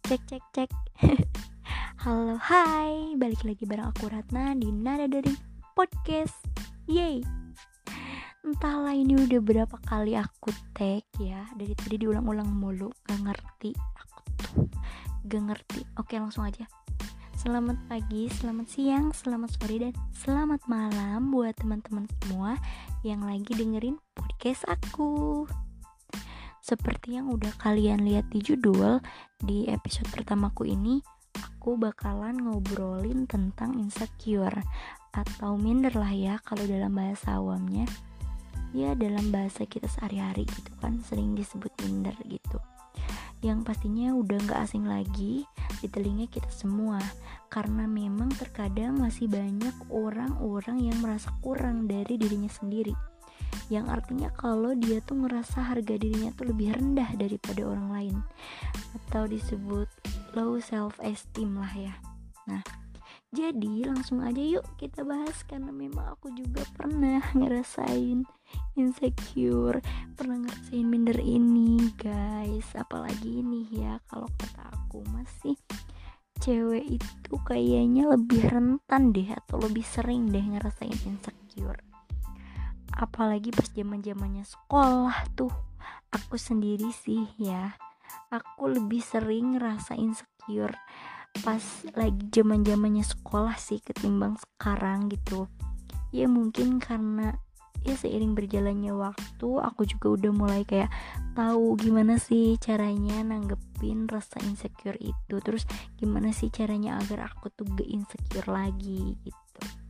Cek cek cek. Halo, hai. Balik lagi bareng aku Ratna di Nada Daring Podcast. Yeay. Entahlah ini udah berapa kali aku tag ya. Dari tadi diulang-ulang mulu. Gak ngerti. Aku tuh gak ngerti. Oke, langsung aja. Selamat pagi, selamat siang, selamat sore, dan selamat malam buat teman-teman semua yang lagi dengerin podcast aku. Seperti yang udah kalian lihat di judul, di episode pertamaku ini aku bakalan ngobrolin tentang insecure atau minder lah ya kalau dalam bahasa awamnya. Ya dalam bahasa kita sehari-hari gitu kan sering disebut minder gitu. Yang pastinya udah gak asing lagi di telinga kita semua, karena memang terkadang masih banyak orang-orang yang merasa kurang dari dirinya sendiri, yang artinya kalau dia tuh ngerasa harga dirinya tuh lebih rendah daripada orang lain, atau disebut low self esteem lah ya. Nah, jadi langsung aja yuk kita bahas, karena memang aku juga pernah ngerasain insecure, pernah ngerasain minder ini guys. Apalagi ini ya, kalau kata aku masih cewek itu kayaknya lebih rentan deh atau lebih sering deh ngerasain insecure. Apalagi pas zaman-zamannya sekolah tuh. Aku sendiri sih ya, aku lebih sering ngerasa insecure pas lagi zaman-zamannya sekolah sih ketimbang sekarang gitu. Ya mungkin karena ya seiring berjalannya waktu aku juga udah mulai kayak tahu gimana sih caranya nanggepin rasa insecure itu. Terus gimana sih caranya agar aku tuh gak insecure lagi gitu.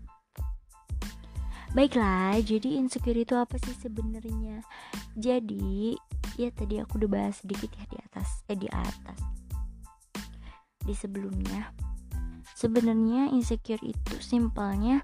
Baiklah, jadi insecure itu apa sih sebenarnya? Jadi, ya tadi aku udah bahas sedikit ya di atas. Di sebelumnya. Sebenarnya insecure itu simpelnya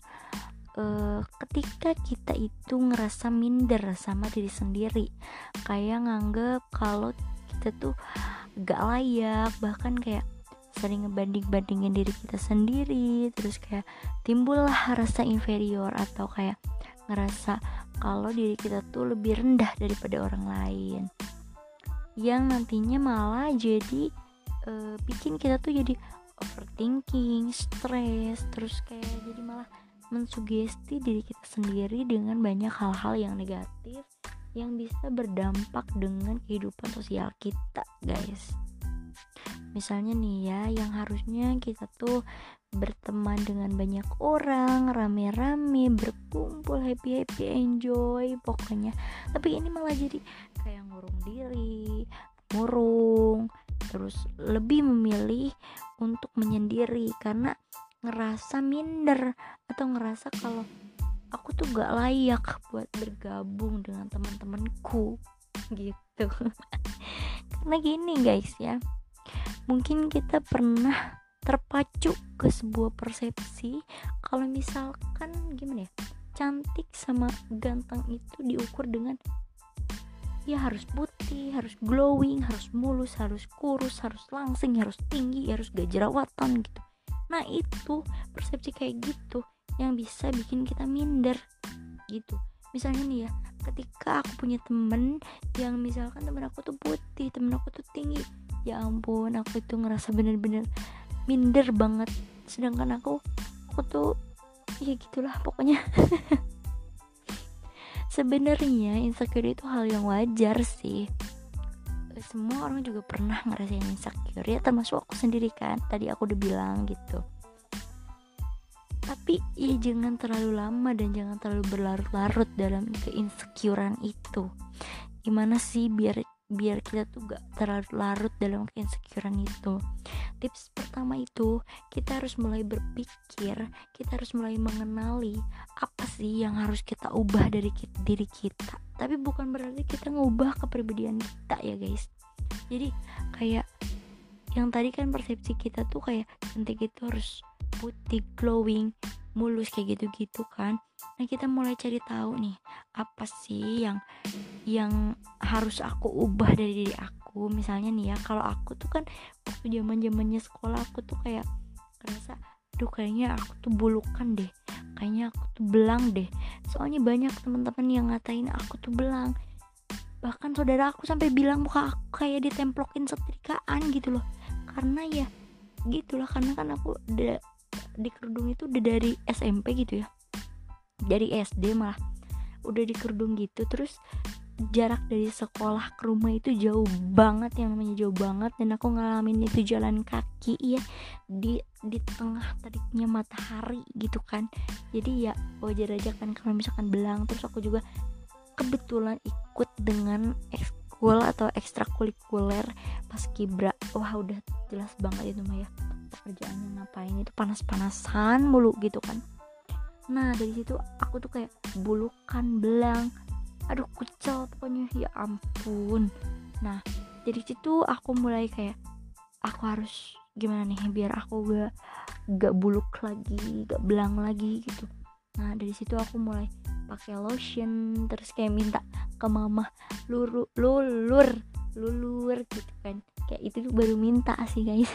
ketika kita itu ngerasa minder sama diri sendiri. Kayak nganggep kalau kita tuh gak layak, bahkan kayak sering ngebanding-bandingin diri kita sendiri. Terus kayak timbullah rasa inferior atau kayak ngerasa kalau diri kita tuh lebih rendah daripada orang lain, yang nantinya malah jadi bikin kita tuh jadi overthinking, stres, terus kayak jadi malah mensugesti diri kita sendiri dengan banyak hal-hal yang negatif yang bisa berdampak dengan kehidupan sosial kita guys. Misalnya nih ya, yang harusnya kita tuh berteman dengan banyak orang, rame-rame, berkumpul, happy-happy, enjoy pokoknya. Tapi ini malah jadi kayak ngurung diri, murung, terus lebih memilih untuk menyendiri karena ngerasa minder atau ngerasa kalau aku tuh gak layak buat bergabung dengan teman-temanku gitu. Karena gini guys ya, mungkin kita pernah terpacu ke sebuah persepsi kalau misalkan gimana ya, cantik sama ganteng itu diukur dengan ya harus putih, harus glowing, harus mulus, harus kurus, harus langsing, harus tinggi, harus gak jerawatan gitu. Nah itu persepsi kayak gitu yang bisa bikin kita minder gitu. Misalnya nih ya, ketika aku punya temen yang misalkan temen aku tuh putih, temen aku tuh tinggi, ya ampun aku itu ngerasa bener-bener minder banget. Sedangkan aku tuh ya gitulah pokoknya. Sebenarnya insecure itu hal yang wajar sih. Semua orang juga pernah ngerasain insecure ya, termasuk aku sendiri kan. Tadi aku udah bilang gitu. Tapi ya jangan terlalu lama dan jangan terlalu berlarut-larut dalam keinsecurean itu. Gimana sih biar kita tuh gak terlarut dalam keinsecurean itu? Tips pertama itu kita harus mulai berpikir, kita harus mulai mengenali apa sih yang harus kita ubah dari diri kita. Tapi bukan berarti kita ngubah kepribadian kita ya guys. Jadi kayak yang tadi kan persepsi kita tuh kayak cantik itu harus putih, glowing, mulus kayak gitu-gitu kan. Nah kita mulai cari tahu nih apa sih yang harus aku ubah dari diri aku. Misalnya nih ya, kalau aku tuh kan waktu zaman-zamannya sekolah aku tuh kayak ngerasa aduh kayaknya aku tuh bulukan deh, kayaknya aku tuh belang deh. Soalnya banyak teman-teman yang ngatain aku tuh belang. Bahkan saudara aku sampai bilang muka aku kayak ditemplokin setrikaan gitu loh. karena ya gitulah, karena kan aku udah di kerudung itu udah dari SMP gitu ya, dari SD malah udah di kerudung gitu. Terus jarak dari sekolah ke rumah itu jauh banget, yang namanya jauh banget, dan aku ngalamin itu jalan kaki ya di tengah teriknya matahari gitu kan. Jadi ya wajar aja kan kalau misalkan belang. Terus aku juga kebetulan ikut dengan ekskul atau ekstrakurikuler paskibra. Wah udah jelas banget itu mah ya, pekerjaannya ngapain itu panas-panasan mulu gitu kan. Nah dari situ aku tuh kayak bulukan, belang, aduh kucel pokoknya, ya ampun. Nah dari situ aku mulai kayak aku harus gimana nih biar aku gak buluk lagi, gak belang lagi gitu. Nah dari situ aku mulai pakai lotion, terus kayak minta ke mama lulur gitu kan. Kayak itu baru minta sih guys.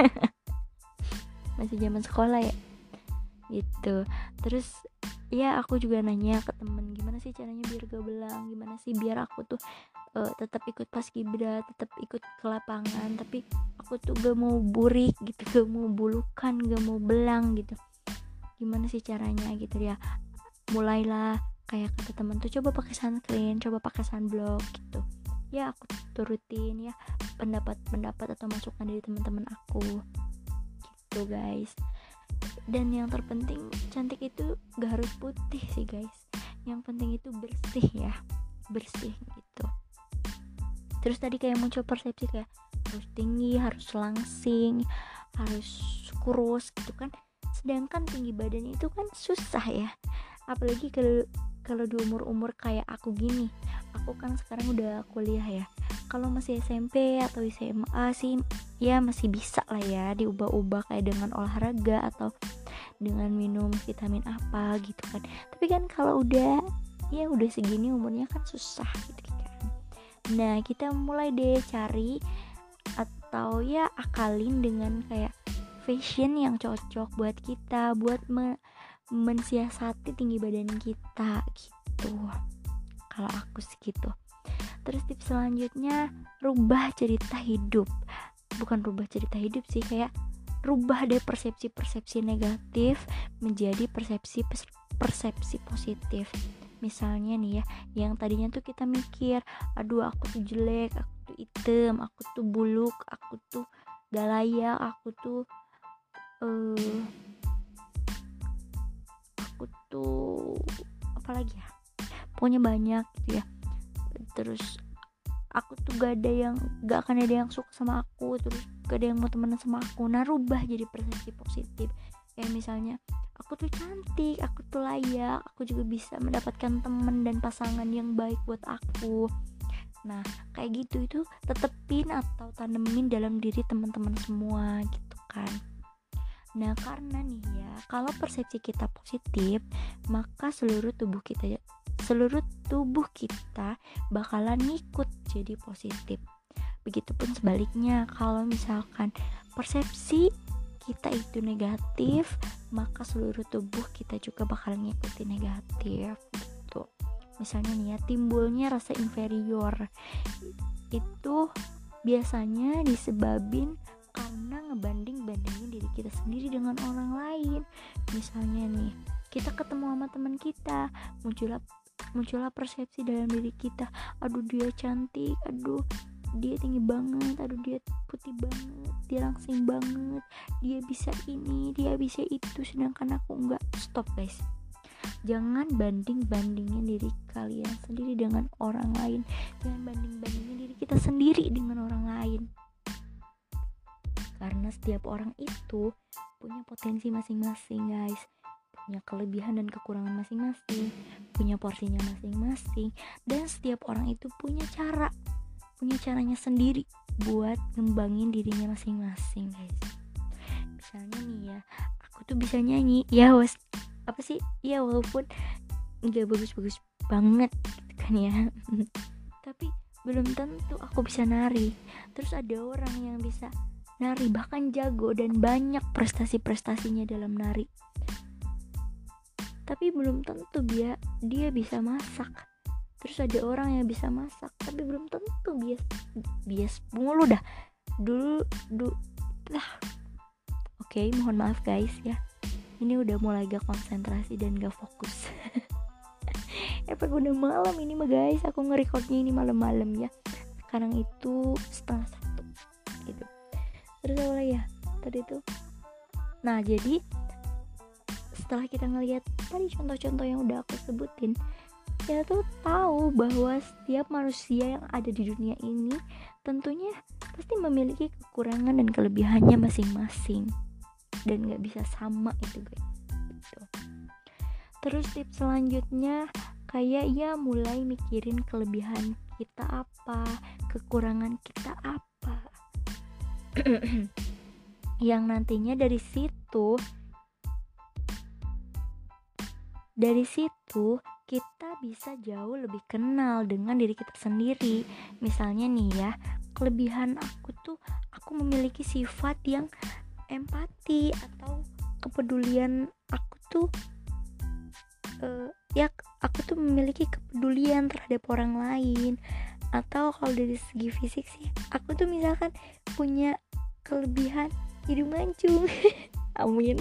Masih zaman sekolah ya gitu. Terus ya aku juga nanya ke temen, gimana sih caranya biar gak belang, gimana sih biar aku tuh tetap ikut paskibra, tetap ikut ke lapangan, tapi aku tuh gak mau burik gitu, gak mau bulukan, gak mau belang gitu, gimana sih caranya gitu ya. Mulailah kayak kata temen tuh, coba pakai sunscreen, coba pakai sunblock gitu ya. Aku turutin ya pendapat atau masukan dari teman-teman aku gitu guys. Dan yang terpenting, cantik itu gak harus putih sih guys, yang penting itu bersih ya, bersih gitu. Terus tadi kayak muncul persepsi kayak harus tinggi, harus langsing, harus kurus gitu kan. Sedangkan tinggi badan itu kan susah ya, apalagi kalau di umur kayak aku gini. Aku kan sekarang udah kuliah ya. Kalau masih SMP atau SMA sih ya masih bisa lah ya diubah-ubah kayak dengan olahraga atau dengan minum vitamin apa gitu kan. Tapi kan kalau udah segini umurnya kan susah gitu kan. Nah kita mulai deh cari atau ya akalin dengan kayak fashion yang cocok buat kita, buat mensiasati tinggi badan kita gitu. Kalau aku segitu. Terus tips selanjutnya, rubah cerita hidup. Bukan rubah cerita hidup sih, kayak rubah deh persepsi negatif menjadi persepsi positif. Misalnya nih ya, yang tadinya tuh kita mikir, aduh aku tuh jelek, aku tuh hitam, aku tuh buluk, aku tuh gak layak, aku tuh apalagi ya, pokoknya banyak gitu ya. Terus aku tuh gak akan ada yang suka sama aku, terus gak ada yang mau temenan sama aku. Nah rubah jadi persepsi positif. Kayak misalnya aku tuh cantik, aku tuh layak, aku juga bisa mendapatkan teman dan pasangan yang baik buat aku. Nah kayak gitu, itu tetepin atau tanemin dalam diri teman-teman semua gitu kan. Nah karena nih ya, kalau persepsi kita positif, maka seluruh tubuh kita bakalan ngikut jadi positif. Begitupun sebaliknya, kalau misalkan persepsi kita itu negatif, maka seluruh tubuh kita juga bakalan ngikutin negatif gitu. Misalnya nih ya, timbulnya rasa inferior itu biasanya disebabin karena ngebandingin diri kita sendiri dengan orang lain. Misalnya nih, kita ketemu sama teman kita, muncullah persepsi dalam diri kita, aduh dia cantik, aduh dia tinggi banget, aduh dia putih banget, dia langsing banget, dia bisa ini, dia bisa itu, sedangkan aku enggak. Stop guys, jangan bandingin diri kalian sendiri dengan orang lain, jangan bandingin diri kita sendiri dengan orang lain, karena setiap orang itu punya potensi masing-masing guys, punya kelebihan dan kekurangan masing-masing, punya porsinya masing-masing, dan setiap orang itu punya caranya sendiri buat ngembangin dirinya masing-masing guys. Misalnya nih ya, aku tuh bisa nyanyi ya walaupun nggak bagus-bagus banget gitu kan ya tapi belum tentu aku bisa nari. Terus ada orang yang bisa nari bahkan jago dan banyak prestasinya dalam nari, tapi belum tentu dia bisa masak. Terus ada orang yang bisa masak tapi belum tentu bias mulu dah. Dulu Oke, mohon maaf guys ya, ini udah mulai gak konsentrasi dan gak fokus. Efek udah malam ini mah guys, aku nge-recordnya ini malam-malam ya. Sekarang itu 12:30 gitu. Terus apa lagi ya tadi tuh? Nah jadi setelah kita ngelihat tadi contoh-contoh yang udah aku sebutin, kita tuh tahu bahwa setiap manusia yang ada di dunia ini tentunya pasti memiliki kekurangan dan kelebihannya masing-masing, dan gak bisa sama itu guys gitu. Terus tips selanjutnya kayak ya mulai mikirin kelebihan kita apa, kekurangan kita apa. Yang nantinya dari situ kita bisa jauh lebih kenal dengan diri kita sendiri. Misalnya nih ya, kelebihan aku tuh aku memiliki sifat yang empati atau kepedulian. Aku tuh aku tuh memiliki kepedulian terhadap orang lain. Atau kalau dari segi fisik sih, aku tuh misalkan punya kelebihan hidung mancung. Amin.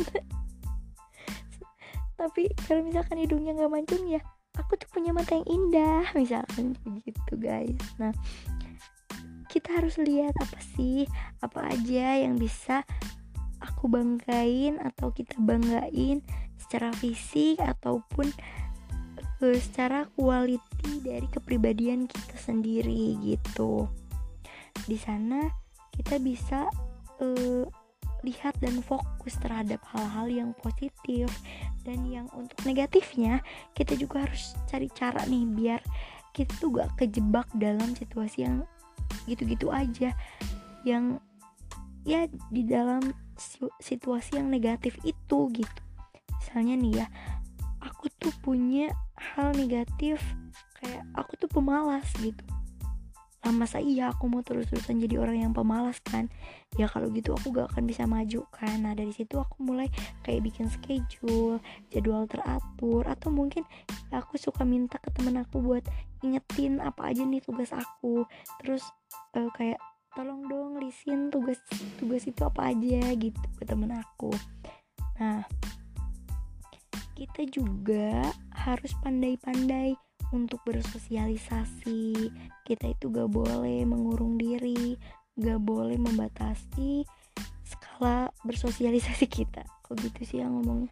Tapi kalau misalkan hidungnya gak mancung ya, aku tuh punya mata yang indah, misalkan begitu guys. Nah, kita harus lihat apa aja yang bisa aku banggain atau kita banggain secara fisik ataupun secara quality dari kepribadian kita sendiri gitu. Di sana kita bisa lihat dan fokus terhadap hal-hal yang positif, dan yang untuk negatifnya kita juga harus cari cara nih biar kita tuh gak kejebak dalam situasi yang gitu-gitu aja, yang ya di dalam situasi yang negatif itu gitu. Misalnya nih ya, aku tuh punya hal negatif kayak aku tuh pemalas gitu. Lah masa iya aku mau terus-terusan jadi orang yang pemalas kan? Ya kalau gitu aku gak akan bisa maju kan. Nah dari situ aku mulai kayak bikin schedule, jadwal teratur, atau mungkin aku suka minta ke temen aku buat ingetin apa aja nih tugas aku. Terus kayak tolong dong lisin tugas itu apa aja gitu ke temen aku. Nah kita juga harus pandai-pandai untuk bersosialisasi. Kita itu gak boleh mengurung diri, gak boleh membatasi skala bersosialisasi kita. Kok gitu sih yang ngomongnya?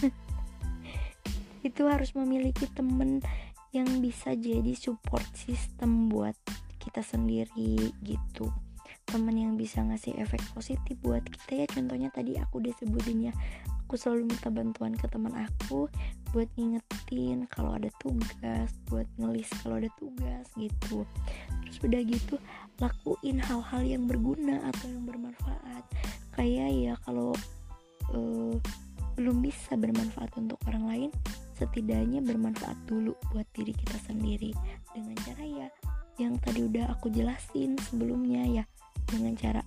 Itu harus memiliki temen yang bisa jadi support system buat kita sendiri gitu. Temen yang bisa ngasih efek positif buat kita ya. Contohnya tadi aku udah sebutin ya, aku selalu minta bantuan ke teman aku buat ngingetin kalau ada tugas, buat ngelis kalau ada tugas gitu. Terus udah gitu lakuin hal-hal yang berguna atau yang bermanfaat. Kayak ya kalau belum bisa bermanfaat untuk orang lain, setidaknya bermanfaat dulu buat diri kita sendiri. Dengan cara ya yang tadi udah aku jelasin sebelumnya ya, dengan cara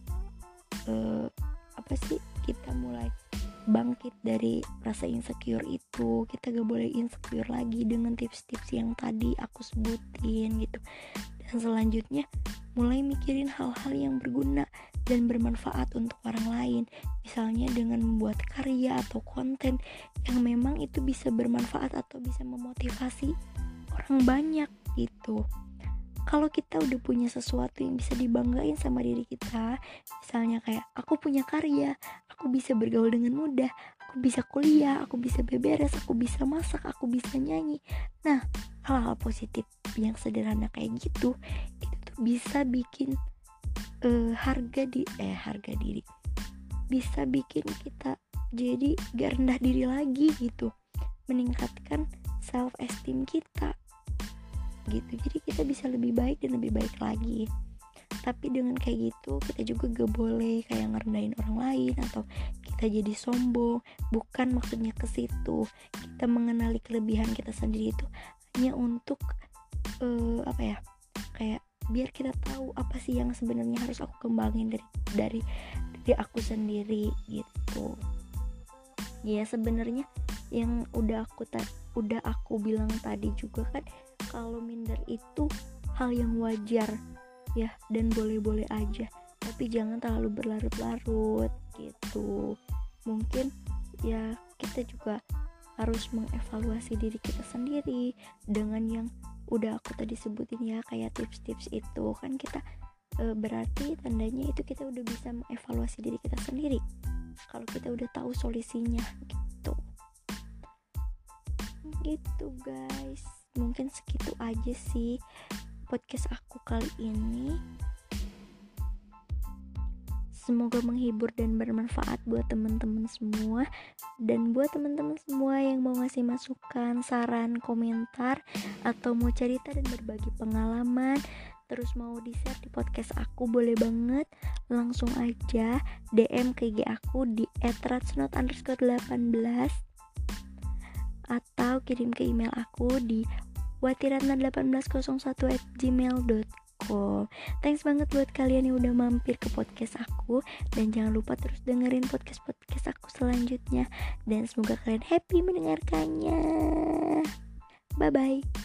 kita mulai bangkit dari rasa insecure itu. Kita gak boleh insecure lagi dengan tips-tips yang tadi aku sebutin gitu. Dan selanjutnya mulai mikirin hal-hal yang berguna dan bermanfaat untuk orang lain. Misalnya dengan membuat karya atau konten yang memang itu bisa bermanfaat atau bisa memotivasi orang banyak gitu. Kalau kita udah punya sesuatu yang bisa dibanggain sama diri kita, misalnya kayak aku punya karya, aku bisa bergaul dengan mudah, aku bisa kuliah, aku bisa beberes, aku bisa masak, aku bisa nyanyi. Nah, hal-hal positif yang sederhana kayak gitu, itu tuh bisa bikin harga diri, bisa bikin kita jadi gak rendah diri lagi gitu, meningkatkan self esteem kita gitu. Jadi kita bisa lebih baik dan lebih baik lagi. Tapi dengan kayak gitu kita juga gak boleh kayak ngerendahin orang lain atau kita jadi sombong. Bukan maksudnya ke situ. Kita mengenali kelebihan kita sendiri itu hanya untuk kayak biar kita tahu apa sih yang sebenarnya harus aku kembangin dari aku sendiri gitu. Ya sebenarnya yang udah aku bilang tadi juga kan, kalau minder itu hal yang wajar ya dan boleh-boleh aja. Tapi tapi jangan terlalu berlarut-larut gitu. Mungkin ya kita juga harus mengevaluasi diri kita sendiri dengan yang udah aku tadi sebutin ya, kayak tips-tips itu kan kita berarti tandanya itu kita udah bisa mengevaluasi diri kita sendiri kalau kita udah tahu solusinya gitu guys. Mungkin segitu aja sih podcast aku kali ini. Semoga menghibur dan bermanfaat buat teman-teman semua. Dan buat teman-teman semua yang mau ngasih masukan, saran, komentar, atau mau cerita dan berbagi pengalaman, terus mau di-share di podcast aku, boleh banget. Langsung aja DM ke IG aku di @ratsnot_18 atau kirim ke email aku di watiratna1801@gmail.com. Thanks banget buat kalian yang udah mampir ke podcast aku, dan jangan lupa terus dengerin podcast aku selanjutnya, dan semoga kalian happy mendengarkannya. Bye bye.